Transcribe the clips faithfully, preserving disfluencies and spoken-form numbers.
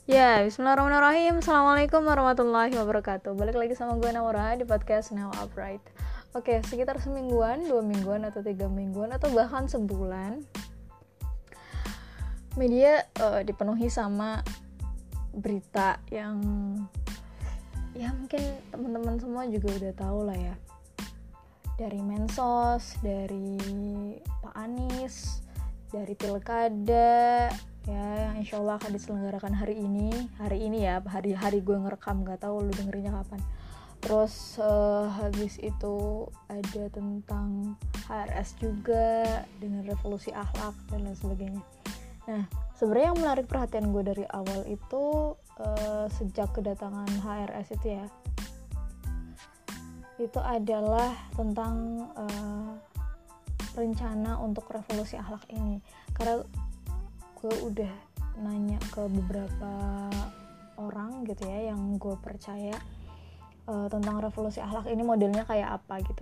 Ya, bismillahirrahmanirrahim. Assalamualaikum warahmatullahi wabarakatuh. Balik lagi sama gue Naura di podcast Now Upright. Oke, sekitar semingguan, dua mingguan, atau tiga mingguan, atau bahkan sebulan, media uh, dipenuhi sama berita yang ya mungkin teman-teman semua juga udah tahu lah ya. Dari Mensos, dari Pak Anies, dari Pilkada, ya yang insya Allah akan diselenggarakan hari ini hari ini ya hari-hari gue ngerekam, nggak tahu lu dengerinnya kapan. Terus uh, habis itu ada tentang H R S juga dengan revolusi akhlak dan lain sebagainya. Nah, sebenarnya yang menarik perhatian gue dari awal itu uh, sejak kedatangan H R S itu ya, itu adalah tentang uh, rencana untuk revolusi akhlak ini. Karena gue udah nanya ke beberapa orang gitu ya yang gue percaya uh, tentang revolusi akhlak ini modelnya kayak apa gitu,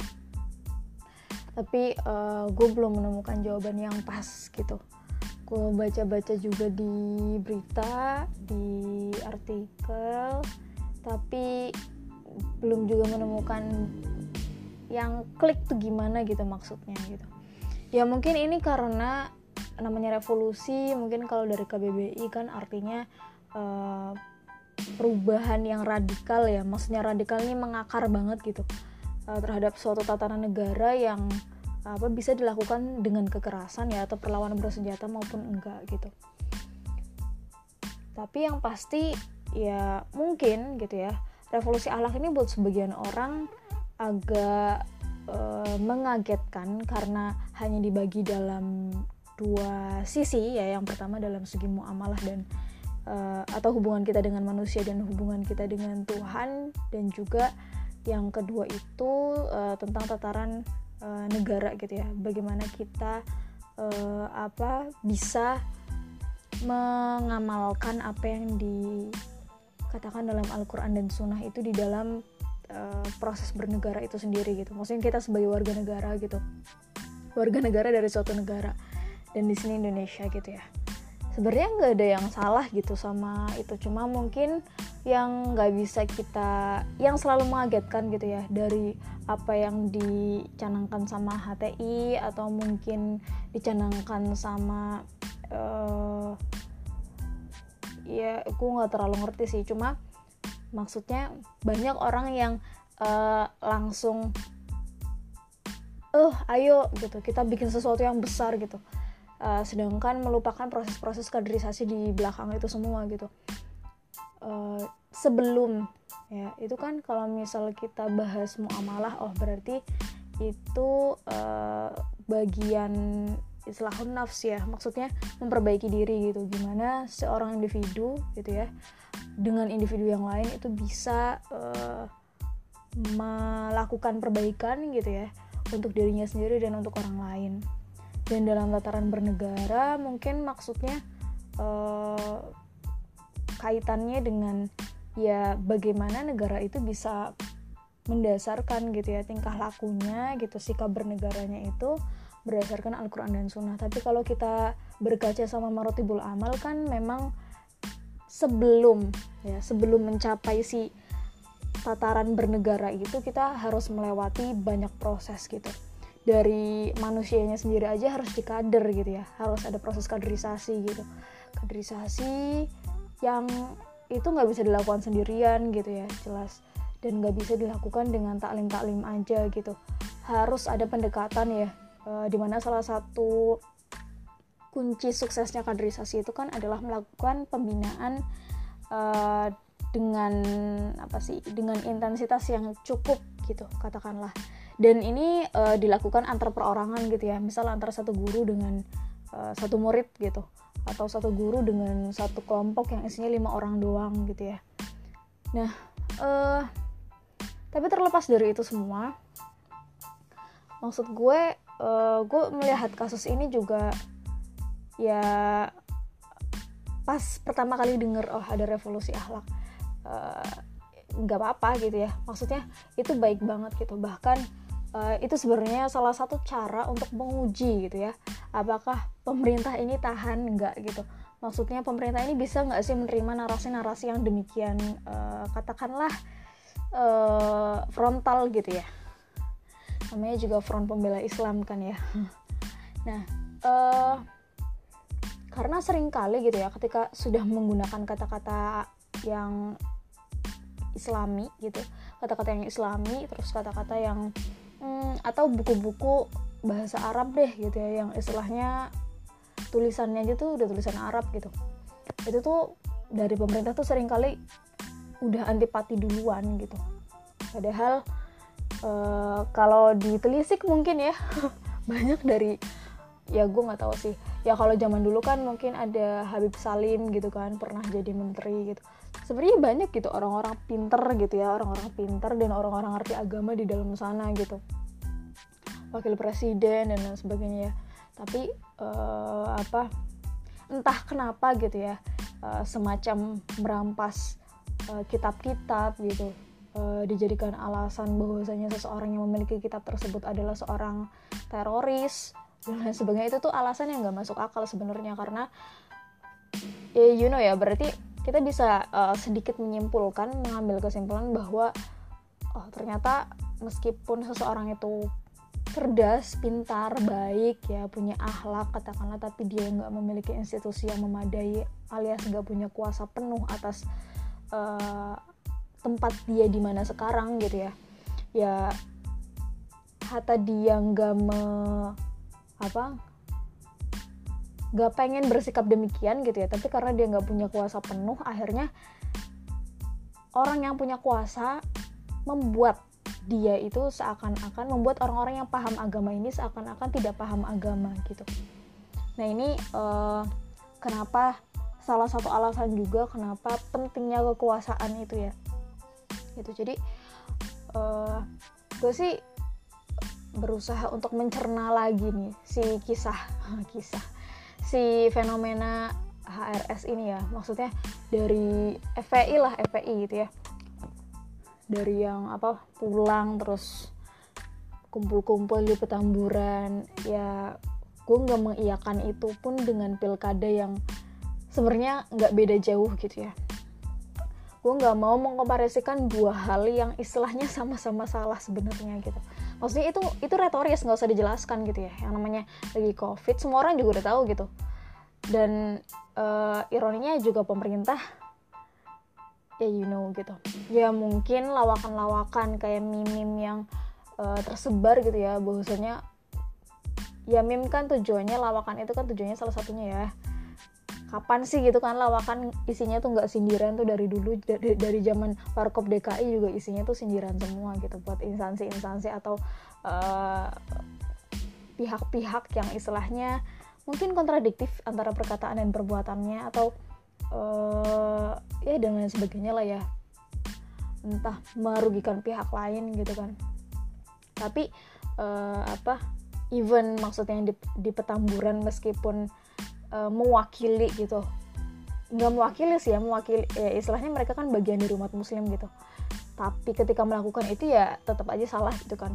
tapi uh, gue belum menemukan jawaban yang pas gitu. Gue baca-baca juga di berita, di artikel, tapi belum juga menemukan yang klik tuh gimana gitu maksudnya gitu. Ya mungkin ini karena namanya revolusi, mungkin kalau dari K B B I kan artinya uh, perubahan yang radikal ya, maksudnya radikal ini mengakar banget gitu uh, terhadap suatu tatanan negara yang apa bisa dilakukan dengan kekerasan ya, atau perlawanan bersenjata maupun enggak gitu. Tapi yang pasti ya mungkin gitu ya, revolusi akhlak ini buat sebagian orang agak uh, mengagetkan karena hanya dibagi dalam dua sisi ya. Yang pertama dalam segi muamalah dan uh, atau hubungan kita dengan manusia dan hubungan kita dengan Tuhan, dan juga yang kedua itu uh, tentang tataran uh, negara gitu ya. Bagaimana kita uh, apa bisa mengamalkan apa yang dikatakan dalam Al-Quran dan Sunnah itu di dalam uh, proses bernegara itu sendiri gitu. Maksudnya kita sebagai warga negara gitu, warga negara dari suatu negara, dan di sini Indonesia gitu ya. Sebenarnya nggak ada yang salah gitu sama itu, cuma mungkin yang nggak bisa kita, yang selalu mengagetkan gitu ya dari apa yang dicanangkan sama H T I atau mungkin dicanangkan sama uh, ya aku nggak terlalu ngerti sih, cuma maksudnya banyak orang yang uh, langsung eh ayo gitu kita bikin sesuatu yang besar gitu, uh, sedangkan melupakan proses-proses kaderisasi di belakang itu semua gitu. Uh, sebelum ya itu kan kalau misal kita bahas muamalah, oh berarti itu uh, bagian islahun nafs ya, maksudnya memperbaiki diri gitu, gimana seorang individu gitu ya dengan individu yang lain itu bisa uh, melakukan perbaikan gitu ya untuk dirinya sendiri dan untuk orang lain. Dan dalam tataran bernegara mungkin maksudnya uh, kaitannya dengan ya bagaimana negara itu bisa mendasarkan gitu ya tingkah lakunya gitu, sikap bernegaranya itu berdasarkan Al-Quran dan Sunnah. Tapi kalau kita berkaca sama marotibul amal kan memang sebelum ya sebelum mencapai si tataran bernegara itu kita harus melewati banyak proses gitu. Dari manusianya sendiri aja harus dikader gitu ya, harus ada proses kaderisasi gitu. Kaderisasi yang itu nggak bisa dilakukan sendirian gitu ya, jelas. Dan nggak bisa dilakukan dengan taklim-taklim aja gitu. Harus ada pendekatan ya, e, dimana salah satu kunci suksesnya kaderisasi itu kan adalah melakukan pembinaan e, dengan apa sih dengan intensitas yang cukup gitu katakanlah. Dan ini uh, dilakukan antar perorangan gitu ya, misal antara satu guru dengan uh, satu murid gitu, atau satu guru dengan satu kelompok yang isinya lima orang doang gitu ya. Nah uh, tapi terlepas dari itu semua, maksud gue uh, gue melihat kasus ini juga ya pas pertama kali denger oh ada revolusi akhlak, nggak uh, apa-apa gitu ya, maksudnya itu baik banget gitu. Bahkan uh, itu sebenarnya salah satu cara untuk menguji gitu ya, apakah pemerintah ini tahan nggak gitu Maksudnya pemerintah ini bisa nggak sih menerima narasi-narasi yang demikian uh, katakanlah uh, frontal gitu ya. Namanya juga Front Pembela Islam kan ya. Nah, uh, karena seringkali gitu ya, ketika sudah menggunakan kata-kata yang Islami gitu, kata-kata yang Islami, terus kata-kata yang hmm, atau buku-buku bahasa Arab deh gitu ya, yang istilahnya tulisannya aja tuh udah tulisan Arab gitu. Itu tuh dari pemerintah tuh seringkali udah antipati duluan gitu. Padahal uh, kalau ditelisik mungkin ya banyak dari, ya gue nggak tahu sih. Ya kalau zaman dulu kan mungkin ada Habib Salim gitu kan, pernah jadi menteri gitu. Sebenarnya banyak gitu orang-orang pinter gitu ya, orang-orang pinter dan orang-orang ngerti agama di dalam sana gitu. Wakil presiden dan lain sebagainya ya. Tapi uh, apa entah kenapa gitu ya, uh, semacam merampas uh, kitab-kitab gitu, uh, dijadikan alasan bahwasanya seseorang yang memiliki kitab tersebut adalah seorang teroris dan lain sebagainya. Itu tuh alasan yang nggak masuk akal sebenarnya, karena ya you know ya, berarti kita bisa uh, sedikit menyimpulkan, mengambil kesimpulan bahwa oh ternyata meskipun seseorang itu cerdas, pintar, baik ya, punya akhlak katakanlah, tapi dia nggak memiliki institusi yang memadai alias nggak punya kuasa penuh atas uh, tempat dia di mana sekarang gitu ya, ya hatta dia nggak me apa nggak pengen bersikap demikian gitu ya, tapi karena dia nggak punya kuasa penuh, akhirnya orang yang punya kuasa membuat dia itu seakan-akan membuat orang-orang yang paham agama ini seakan-akan tidak paham agama gitu. Nah ini uh, kenapa salah satu alasan juga kenapa pentingnya kekuasaan itu ya gitu. Jadi uh, gue sih berusaha untuk mencerna lagi nih si kisah kisah si fenomena H R S ini ya, maksudnya dari F P I lah, F P I gitu ya, dari yang apa pulang terus kumpul-kumpul di Petamburan ya. Gue nggak mengiyakan itu pun dengan pilkada yang sebenarnya nggak beda jauh gitu ya. Gue nggak mau mengkomparasikan dua hal yang istilahnya sama-sama salah sebenarnya gitu. Maksudnya itu itu retoris, nggak usah dijelaskan gitu ya. Yang namanya lagi COVID semua orang juga udah tahu gitu. Dan uh, ironinya juga pemerintah ya you know gitu, ya mungkin lawakan-lawakan kayak meme-meme yang uh, tersebar gitu ya, bahwasanya ya meme kan tujuannya, lawakan itu kan tujuannya salah satunya ya, kapan sih gitu kan lawakan isinya tuh nggak sindiran tuh dari dulu, dari, dari zaman Warkop D K I juga isinya tuh sindiran semua gitu buat instansi-instansi atau uh, pihak-pihak yang istilahnya mungkin kontradiktif antara perkataan dan perbuatannya, atau Uh, ya dan lain sebagainya lah ya, entah merugikan pihak lain gitu kan. Tapi uh, apa even maksudnya di, di Petamburan meskipun uh, mewakili gitu, nggak mewakili sih ya, mewakili ya istilahnya mereka kan bagian dari umat muslim gitu, tapi ketika melakukan itu ya tetap aja salah gitu kan.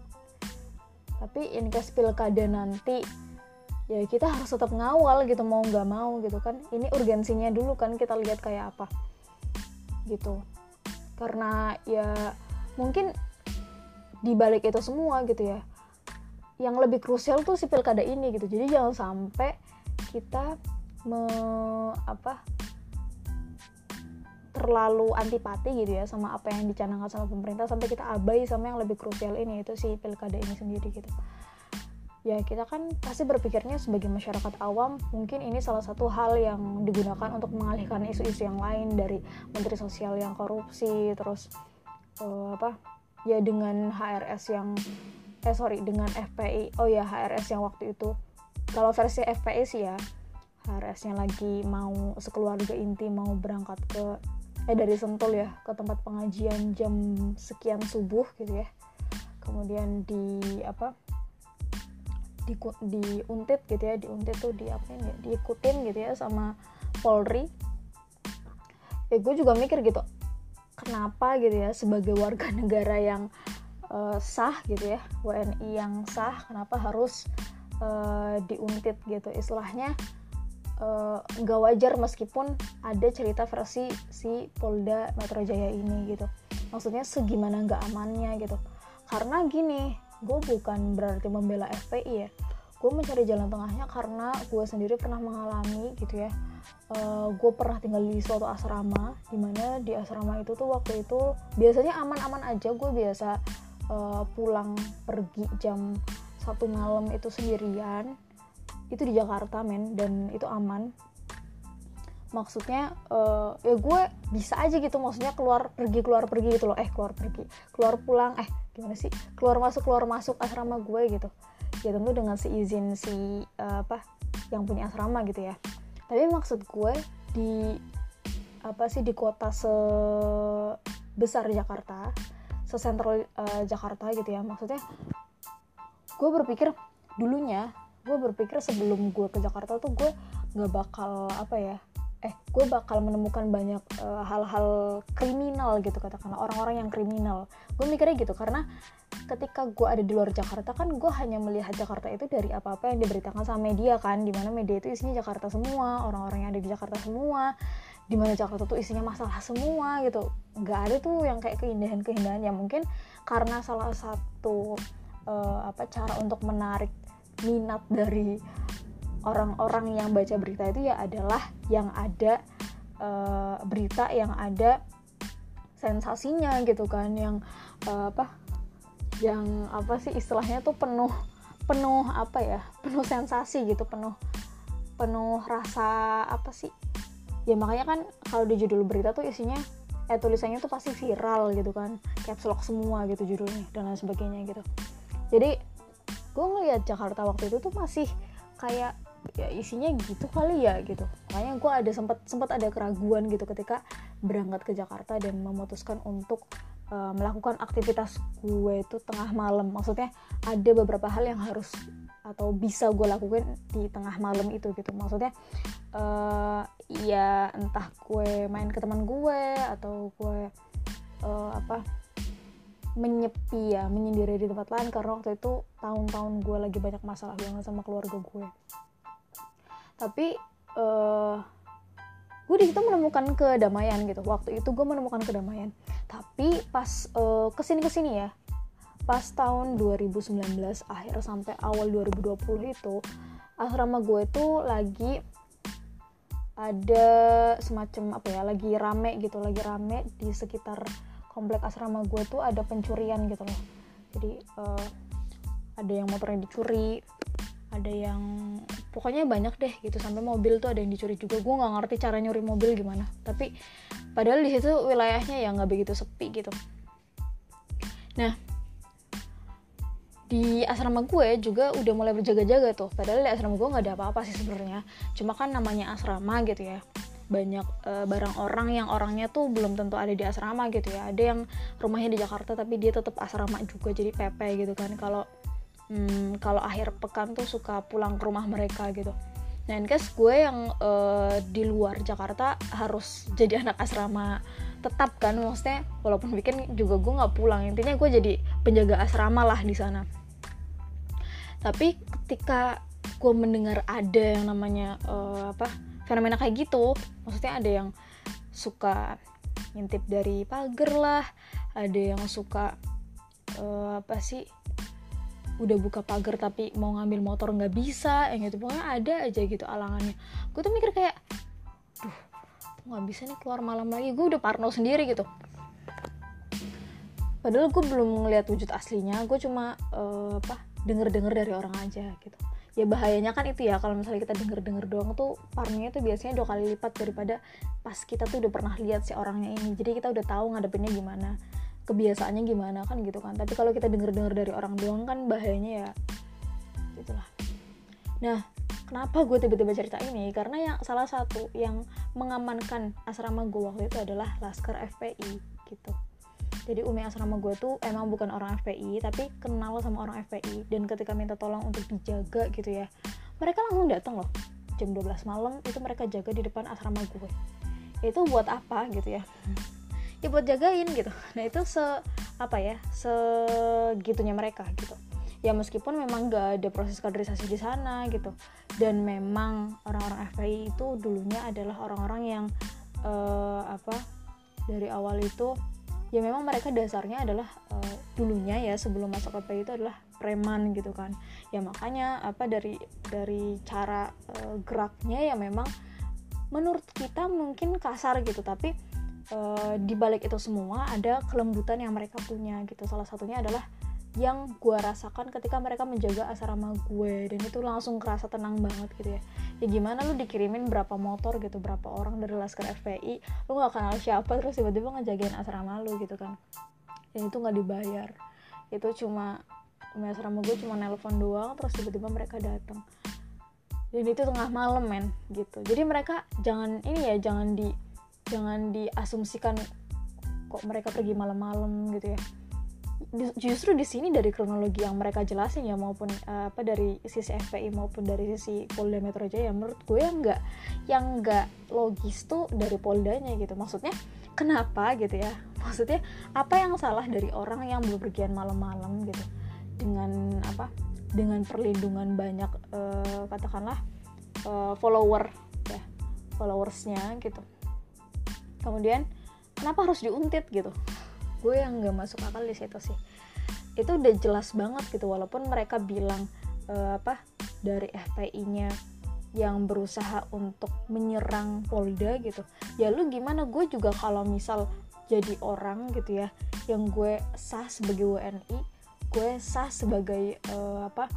Tapi in case pilkada nanti ya kita harus tetap ngawal gitu, mau nggak mau gitu kan. Ini urgensinya dulu kan kita lihat kayak apa gitu, karena ya mungkin di balik itu semua gitu ya, yang lebih krusial tuh si pilkada ini gitu. Jadi jangan sampai kita me, apa terlalu antipati gitu ya sama apa yang dicanangkan sama pemerintah, sampai kita abai sama yang lebih krusial ini, itu si pilkada ini sendiri gitu. Ya kita kan pasti berpikirnya sebagai masyarakat awam, mungkin ini salah satu hal yang digunakan untuk mengalihkan isu-isu yang lain, dari menteri sosial yang korupsi, terus uh, apa ya dengan H R S yang eh sorry dengan F P I, oh ya H R S yang waktu itu, kalau versi F P I sih ya H R S-nya lagi mau sekeluarga inti mau berangkat ke eh dari Sentul ya ke tempat pengajian jam sekian subuh gitu ya, kemudian di apa di diuntit gitu ya, diuntit tuh di apa ya, diikutin gitu ya sama Polri. Ya gue juga mikir gitu, kenapa gitu ya sebagai warga negara yang uh, sah gitu ya, W N I yang sah, kenapa harus uh, diuntit gitu, istilahnya nggak uh, wajar meskipun ada cerita versi si Polda Metro Jaya ini gitu. Maksudnya segimana nggak amannya gitu. Karena gini, gue bukan berarti membela F P I ya, gue mencari jalan tengahnya karena gue sendiri pernah mengalami gitu ya. Uh, gue pernah tinggal di suatu asrama, dimana di asrama itu tuh waktu itu biasanya aman-aman aja. Gue biasa uh, pulang pergi jam satu malam itu sendirian, itu di Jakarta men, dan itu aman. Maksudnya uh, ya gue bisa aja gitu, maksudnya keluar pergi keluar pergi gitu loh, eh keluar pergi keluar pulang eh gimana sih keluar masuk keluar masuk asrama gue gitu ya, tentu dengan seizin si uh, apa yang punya asrama gitu ya. Tapi maksud gue di apa sih di kota sebesar Jakarta, sesentral uh, Jakarta gitu ya, maksudnya gue berpikir dulunya gue berpikir sebelum gue ke Jakarta tuh gue nggak bakal apa ya eh gue bakal menemukan banyak uh, hal-hal kriminal gitu, katakanlah orang-orang yang kriminal. Gue mikirnya gitu karena ketika gue ada di luar Jakarta kan gue hanya melihat Jakarta itu dari apa-apa yang diberitakan sama media kan, dimana media itu isinya Jakarta semua, orang-orang yang ada di Jakarta semua, dimana Jakarta tuh isinya masalah semua gitu. Nggak ada tuh yang kayak keindahan-keindahan. Ya mungkin karena salah satu uh, apa cara untuk menarik minat dari orang-orang yang baca berita itu ya adalah yang ada uh, berita yang ada sensasinya gitu kan, yang uh, apa yang apa sih istilahnya tuh penuh penuh apa ya penuh sensasi gitu, penuh penuh rasa apa sih ya. Makanya kan kalau di judul berita tuh isinya eh tulisannya tuh pasti viral gitu kan, caps lock semua gitu judulnya dan lain sebagainya gitu. Jadi gue ngeliat Jakarta waktu itu tuh masih kayak ya isinya gitu kali ya gitu. Makanya gue ada sempat sempat ada keraguan gitu ketika berangkat ke Jakarta dan memutuskan untuk uh, melakukan aktivitas gue itu tengah malam. Maksudnya ada beberapa hal yang harus atau bisa gue lakukan di tengah malam itu gitu. Maksudnya uh, ya entah gue main ke teman gue atau gue uh, apa menyepi ya, menyendiri di tempat lain, karena waktu itu tahun-tahun gue lagi banyak masalah banget sama keluarga gue. Tapi uh, gue di situ menemukan kedamaian gitu. Waktu itu gue menemukan kedamaian. Tapi pas uh, kesini-kesini ya, pas tahun dua ribu sembilan belas akhir sampai awal dua ribu dua puluh itu, asrama gue tuh lagi ada semacam apa ya, lagi rame gitu, lagi rame di sekitar komplek asrama gue tuh ada pencurian gitu loh. Jadi uh, ada yang motornya dicuri, ada yang pokoknya banyak deh gitu, sampai mobil tuh ada yang dicuri juga. Gue nggak ngerti cara nyuri mobil gimana, tapi padahal di situ wilayahnya ya nggak begitu sepi gitu. Nah di asrama gue juga udah mulai berjaga-jaga tuh, padahal di asrama gue nggak ada apa-apa sih sebenarnya, cuma kan namanya asrama gitu ya, banyak e, barang orang yang orangnya tuh belum tentu ada di asrama gitu ya. Ada yang rumahnya di Jakarta tapi dia tetap asrama juga, jadi P P gitu kan. Kalau Hmm, kalau akhir pekan tuh suka pulang ke rumah mereka gitu. Nah, in case gue yang uh, di luar Jakarta harus jadi anak asrama tetap kan, maksudnya walaupun weekend juga gue nggak pulang. Intinya gue jadi penjaga asrama lah di sana. Tapi ketika gue mendengar ada yang namanya uh, apa fenomena kayak gitu, maksudnya ada yang suka ngintip dari pagar lah, ada yang suka uh, apa sih udah buka pagar tapi mau ngambil motor nggak bisa, yang gitu. Pokoknya ada aja gitu alangannya. Gue tuh mikir kayak, duh, nggak bisa nih keluar malam lagi. Gue udah parno sendiri gitu. Padahal gue belum ngeliat wujud aslinya. Gue cuma uh, apa denger-denger dari orang aja gitu. Ya bahayanya kan itu ya, kalau misalnya kita denger-denger doang tuh parnonya tuh biasanya dua kali lipat daripada pas kita tuh udah pernah lihat si orangnya ini. Jadi kita udah tahu ngadepinnya gimana, kebiasaannya gimana kan gitu kan. Tapi kalau kita denger-denger dari orang doang kan bahayanya ya gitulah. Nah, kenapa gue tiba-tiba cerita ini? Karena yang salah satu yang mengamankan asrama gue waktu itu adalah Laskar F P I gitu. Jadi umi asrama gue tuh emang bukan orang F P I, tapi kenal sama orang F P I, dan ketika minta tolong untuk dijaga gitu ya, mereka langsung datang loh. Jam dua belas malam itu mereka jaga di depan asrama gue. Itu buat apa gitu ya? Ya buat jagain gitu. Nah itu se apa ya segitunya mereka gitu. Ya meskipun memang gak ada proses kaderisasi di sana gitu, dan memang orang-orang F P I itu dulunya adalah orang-orang yang uh, apa dari awal itu ya memang mereka dasarnya adalah uh, dulunya ya sebelum masuk F P I itu adalah preman gitu kan. Ya makanya apa dari dari cara uh, geraknya ya memang menurut kita mungkin kasar gitu, tapi uh, di balik itu semua ada kelembutan yang mereka punya gitu. Salah satunya adalah yang gue rasakan ketika mereka menjaga asrama gue, dan itu langsung kerasa tenang banget gitu ya. Ya gimana lu dikirimin berapa motor gitu, berapa orang dari Laskar F P I, lu gak kenal siapa terus tiba-tiba ngejagain asrama lu gitu kan, dan itu gak dibayar. Itu cuma asrama gue cuma nelpon doang, terus tiba-tiba mereka datang, dan itu tengah malam men gitu. Jadi mereka jangan ini ya, jangan di jangan diasumsikan kok mereka pergi malam-malam gitu ya. Justru di sini dari kronologi yang mereka jelasin ya, maupun uh, apa dari sisi F P I maupun dari sisi Polda Metro Jaya, menurut gue yang nggak yang nggak logis tuh dari Poldanya gitu. Maksudnya kenapa gitu ya, maksudnya apa yang salah dari orang yang bepergian malam-malam gitu dengan apa dengan perlindungan banyak uh, katakanlah uh, follower ya followersnya gitu. Kemudian kenapa harus diuntit gitu? Gue yang nggak masuk akal di situ sih. Itu udah jelas banget gitu, walaupun mereka bilang uh, apa dari F P I-nya yang berusaha untuk menyerang Polda gitu. Ya lu gimana, gue juga kalau misal jadi orang gitu ya, yang gue sah sebagai W N I, gue sah sebagai uh, apa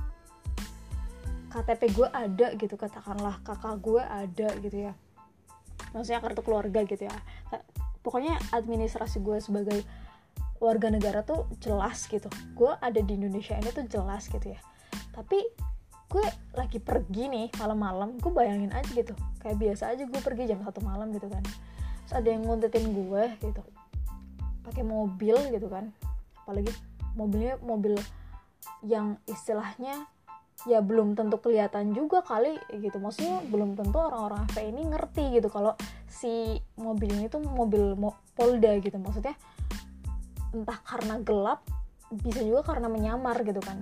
K T P gue ada gitu, katakanlah kakak gue ada gitu ya, maksudnya kartu keluarga gitu ya, pokoknya administrasi gue sebagai warga negara tuh jelas gitu, gue ada di Indonesia ini tuh jelas gitu ya. Tapi gue lagi pergi nih malam-malam, gue bayangin aja gitu, kayak biasa aja gue pergi jam satu malam gitu kan, terus ada yang nguntitin gue gitu pakai mobil gitu kan, apalagi mobilnya mobil yang istilahnya ya belum tentu kelihatan juga kali gitu, maksudnya belum tentu orang-orang F P I ini ngerti gitu kalau si mobil ini tuh mobil mo- Polda gitu, maksudnya entah karena gelap, bisa juga karena menyamar gitu kan.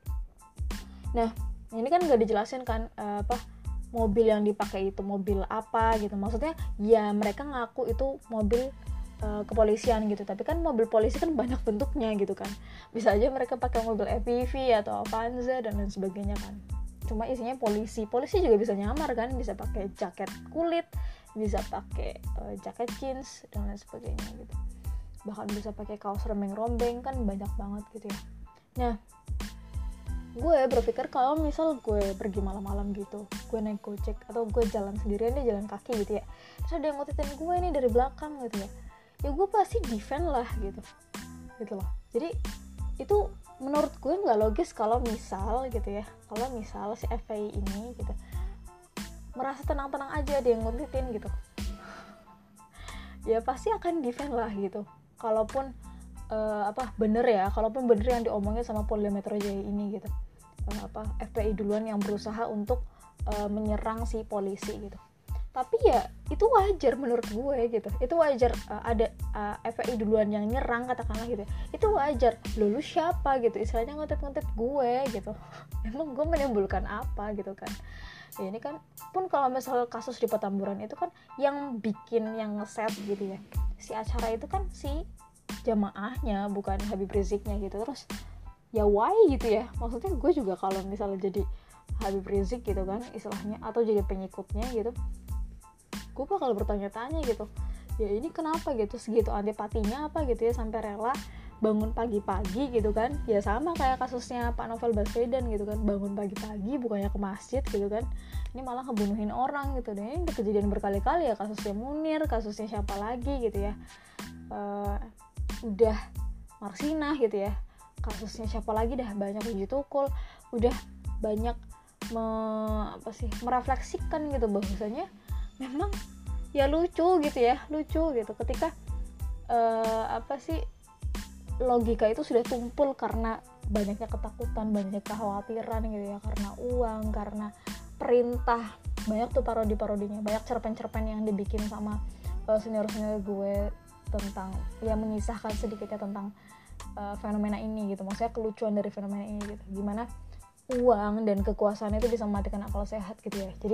Nah ini kan nggak dijelasin kan uh, apa mobil yang dipakai itu mobil apa gitu, maksudnya ya mereka ngaku itu mobil uh, kepolisian gitu, tapi kan mobil polisi kan banyak bentuknya gitu kan, bisa aja mereka pakai mobil M P V atau Avanza dan lain sebagainya kan, cuma isinya polisi. Polisi juga bisa nyamar kan, bisa pakai jaket kulit, bisa pakai uh, jaket jeans dan lain sebagainya gitu, bahkan bisa pakai kaos rombeng-rombeng kan, banyak banget gitu ya. Nah gue berpikir kalau misal gue pergi malam-malam gitu, gue naik gojek atau gue jalan sendirian deh, jalan kaki gitu ya, terus ada yang ngutitin gue nih dari belakang gitu ya, ya gue pasti defend lah gitu gitu loh. Jadi itu menurut gue nggak logis kalau misal gitu ya, kalau misal si F P I ini gitu merasa tenang-tenang aja dia yang ngutitin gitu, ya pasti akan defend lah gitu. Kalaupun uh, apa bener ya, kalaupun bener yang diomongin sama Polda Metro Jaya ini gitu, uh, apa F P I duluan yang berusaha untuk uh, menyerang si polisi gitu. Tapi ya itu wajar menurut gue gitu, itu wajar uh, ada uh, F P I duluan yang nyerang katakanlah gitu, itu wajar. Lalu siapa gitu istilahnya ngetet-ngetet gue gitu, emang gue menimbulkan apa gitu kan. Ya ini kan pun kalau misal kasus di Petamburan itu kan yang bikin, yang ngeset gitu ya, si acara itu kan si jamaahnya, bukan Habib Riziknya gitu. Terus ya why gitu ya, maksudnya gue juga kalau misalnya jadi Habib Rizik gitu kan istilahnya, atau jadi pengikutnya gitu, gue bakal bertanya-tanya gitu, ya ini kenapa gitu, segitu antipatinya apa gitu ya sampai rela bangun pagi-pagi gitu kan. Ya sama kayak kasusnya Pak Novel Baswedan gitu kan, bangun pagi-pagi bukannya ke masjid gitu kan, ini malah ngebunuhin orang gitu. Dan ini udah kejadian berkali-kali ya, kasusnya Munir, kasusnya siapa lagi gitu ya, uh, udah Marsinah gitu ya, kasusnya siapa lagi dah, banyak uji tukul, udah banyak me, apa sih merefleksikan gitu bahwasanya memang ya lucu gitu ya, lucu gitu ketika uh, apa sih logika itu sudah tumpul karena banyaknya ketakutan, banyaknya kekhawatiran gitu ya, karena uang, karena perintah. Banyak tuh parodi-parodinya, banyak cerpen-cerpen yang dibikin sama uh, senior-senior gue tentang, ya mengisahkan sedikitnya tentang uh, fenomena ini gitu, maksudnya kelucuan dari fenomena ini gitu, gimana uang dan kekuasaan itu bisa mematikan akal sehat gitu ya. Jadi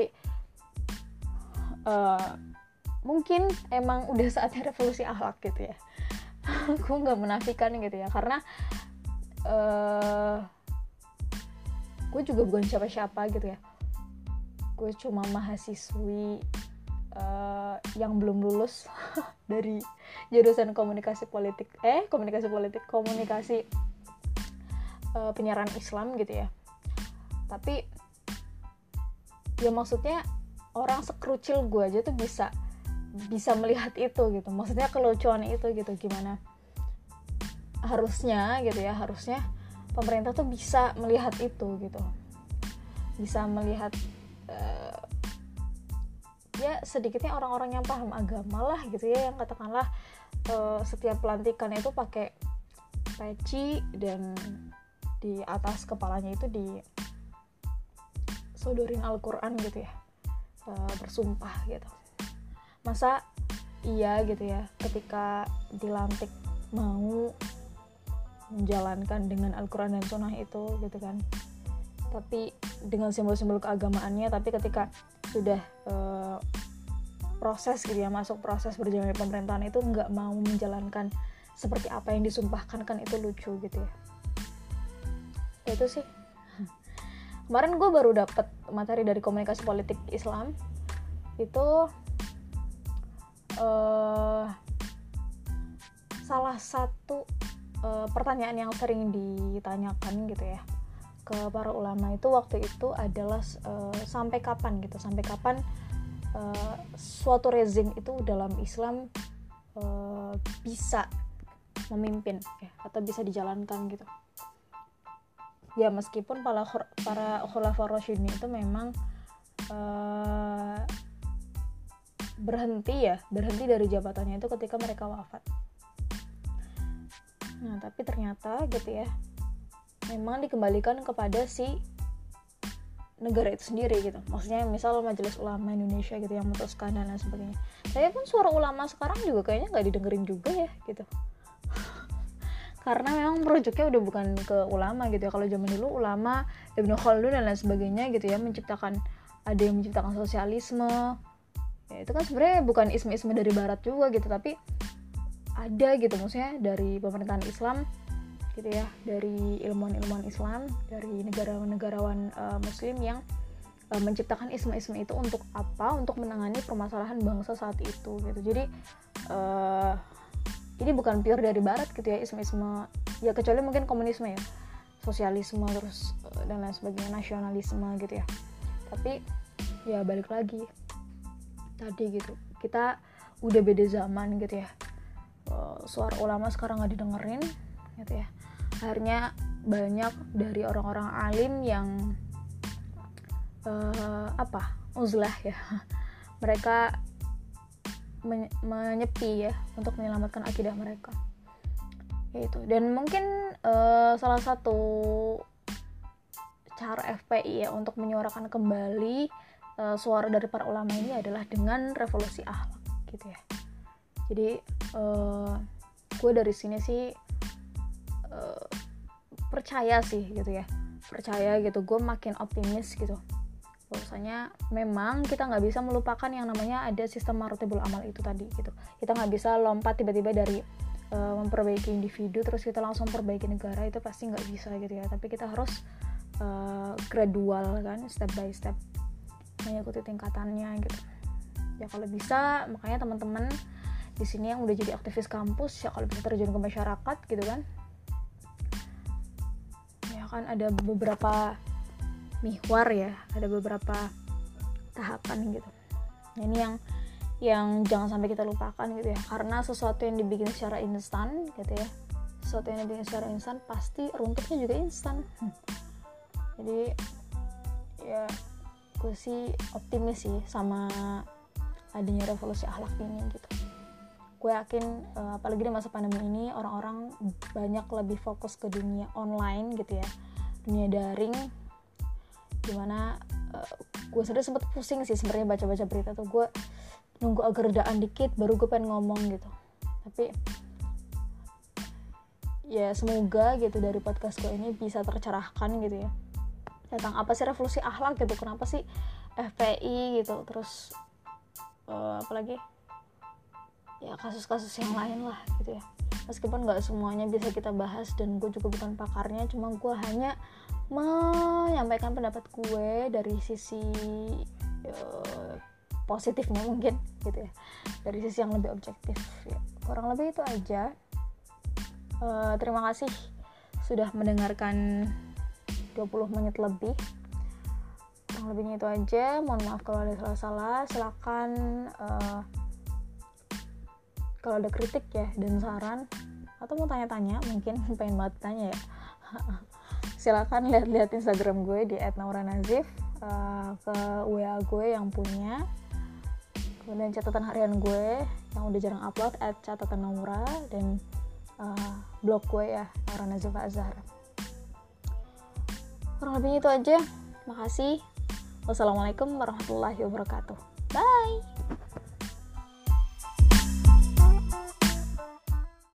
uh, mungkin emang udah saatnya revolusi akhlak gitu ya. Aku nggak menafikan gitu ya, karena uh, gue juga bukan siapa-siapa gitu ya. Gue cuma mahasiswi uh, yang belum lulus dari jurusan komunikasi politik, eh komunikasi politik, komunikasi uh, penyiaran Islam gitu ya. Tapi ya maksudnya orang sekrucil gue aja tuh bisa bisa melihat itu gitu, maksudnya kelucuan itu gitu, gimana harusnya gitu ya, harusnya pemerintah tuh bisa melihat itu gitu, bisa melihat uh, ya sedikitnya orang-orang yang paham agama lah gitu ya, yang katakanlah uh, setiap pelantikan itu pakai peci dan di atas kepalanya itu di sodorin Al-Quran gitu ya, uh, bersumpah gitu. Masa iya gitu ya, ketika dilantik mau menjalankan dengan Al-Quran dan Sunnah itu gitu kan, tapi dengan simbol-simbol keagamaannya, tapi ketika sudah uh, proses gitu ya, masuk proses berjalannya pemerintahan itu nggak mau menjalankan seperti apa yang disumpahkan, kan itu lucu gitu ya. Itu sih. Kemarin gue baru dapet materi dari komunikasi politik Islam itu, uh, salah satu uh, pertanyaan yang sering ditanyakan gitu ya ke para ulama itu waktu itu adalah uh, sampai kapan gitu, sampai kapan uh, suatu rezim itu dalam Islam uh, bisa memimpin ya, atau bisa dijalankan gitu. Ya meskipun para para khulafaur rasyidin itu memang uh, berhenti ya, berhenti dari jabatannya itu ketika mereka wafat. Nah, tapi ternyata gitu ya, memang dikembalikan kepada si negara itu sendiri gitu. Maksudnya misal Majelis Ulama Indonesia gitu yang memutuskan dan lain sebagainya. Saya pun suara ulama sekarang juga kayaknya nggak didengerin juga ya gitu. Karena memang merujuknya udah bukan ke ulama gitu ya. Kalau zaman dulu ulama, Ibnu Khaldun dan lain sebagainya gitu ya, menciptakan, ada yang menciptakan sosialisme ya, itu kan sebenarnya bukan isme-isme dari barat juga gitu, tapi ada gitu, maksudnya dari pemerintahan Islam gitu ya, dari ilmuwan-ilmuwan Islam, dari negarawan-negarawan uh, muslim yang uh, menciptakan isme-isme itu untuk apa? Untuk menangani permasalahan bangsa saat itu gitu. Jadi uh, ini bukan pure dari barat gitu ya, isme-isme ya, kecuali mungkin komunisme ya, sosialisme terus dan lain sebagainya, nasionalisme gitu ya. Tapi ya balik lagi tadi gitu, kita udah beda zaman gitu ya, suara ulama sekarang nggak didengerin gitu ya. Akhirnya banyak dari orang-orang alim yang uh, apa uzlah ya, mereka menyepi ya untuk menyelamatkan akidah mereka yaitu. Dan mungkin uh, salah satu cara F P I ya untuk menyuarakan kembali uh, suara dari para ulama ini adalah dengan revolusi akhlak gitu ya. Jadi uh, gue dari sini sih uh, percaya sih gitu ya, percaya gitu, gue makin optimis gitu bahwasanya memang kita nggak bisa melupakan yang namanya ada sistem marotibul amal itu tadi gitu. Kita nggak bisa lompat tiba-tiba dari uh, memperbaiki individu terus kita langsung perbaiki negara, itu pasti nggak bisa gitu ya. Tapi kita harus uh, gradual kan, step by step, mengikuti tingkatannya gitu ya. Kalau bisa, makanya teman-teman di sini yang udah jadi aktivis kampus ya, kalau bisa terjun ke masyarakat gitu kan ya, kan ada beberapa mihwar ya, ada beberapa tahapan gitu. Nah, ini yang yang jangan sampai kita lupakan gitu ya, karena sesuatu yang dibikin secara instan gitu ya, sesuatu yang dibikin secara instan pasti runtuhnya juga instan. hmm. Jadi ya gue sih optimis sih sama adanya revolusi akhlak ini gitu. Gue yakin uh, apalagi di masa pandemi ini orang-orang banyak lebih fokus ke dunia online gitu ya, dunia daring, dimana uh, gue sendiri sempat pusing sih sebenarnya baca-baca berita tuh. Gue nunggu agak redaan dikit baru gue pengen ngomong gitu, tapi ya semoga gitu dari podcast gue ini bisa tercerahkan gitu ya, tentang apa sih revolusi akhlak gitu, kenapa sih F P I gitu, terus uh, apalagi ya kasus-kasus yang lain lah gitu ya. Meskipun nggak semuanya bisa kita bahas dan gue juga bukan pakarnya, cuma gue hanya menyampaikan pendapat gue dari sisi uh, positifnya mungkin gitu ya, dari sisi yang lebih objektif ya. Kurang lebih itu aja. Uh, terima kasih sudah mendengarkan dua puluh menit lebih. Kurang lebihnya itu aja. Mohon maaf kalau ada salah-salah. Silakan uh, kalau ada kritik ya dan saran atau mau tanya-tanya, mungkin pengen banget tanya ya. Silakan lihat-lihat Instagram gue di et nauranazif, uh, ke W A gue yang punya. Kemudian catatan harian gue yang udah jarang upload et catatan naura, dan uh, blog gue ya Nauranazif Azhar. Kurang lebihnya itu aja. Makasih. Wassalamualaikum warahmatullahi wabarakatuh.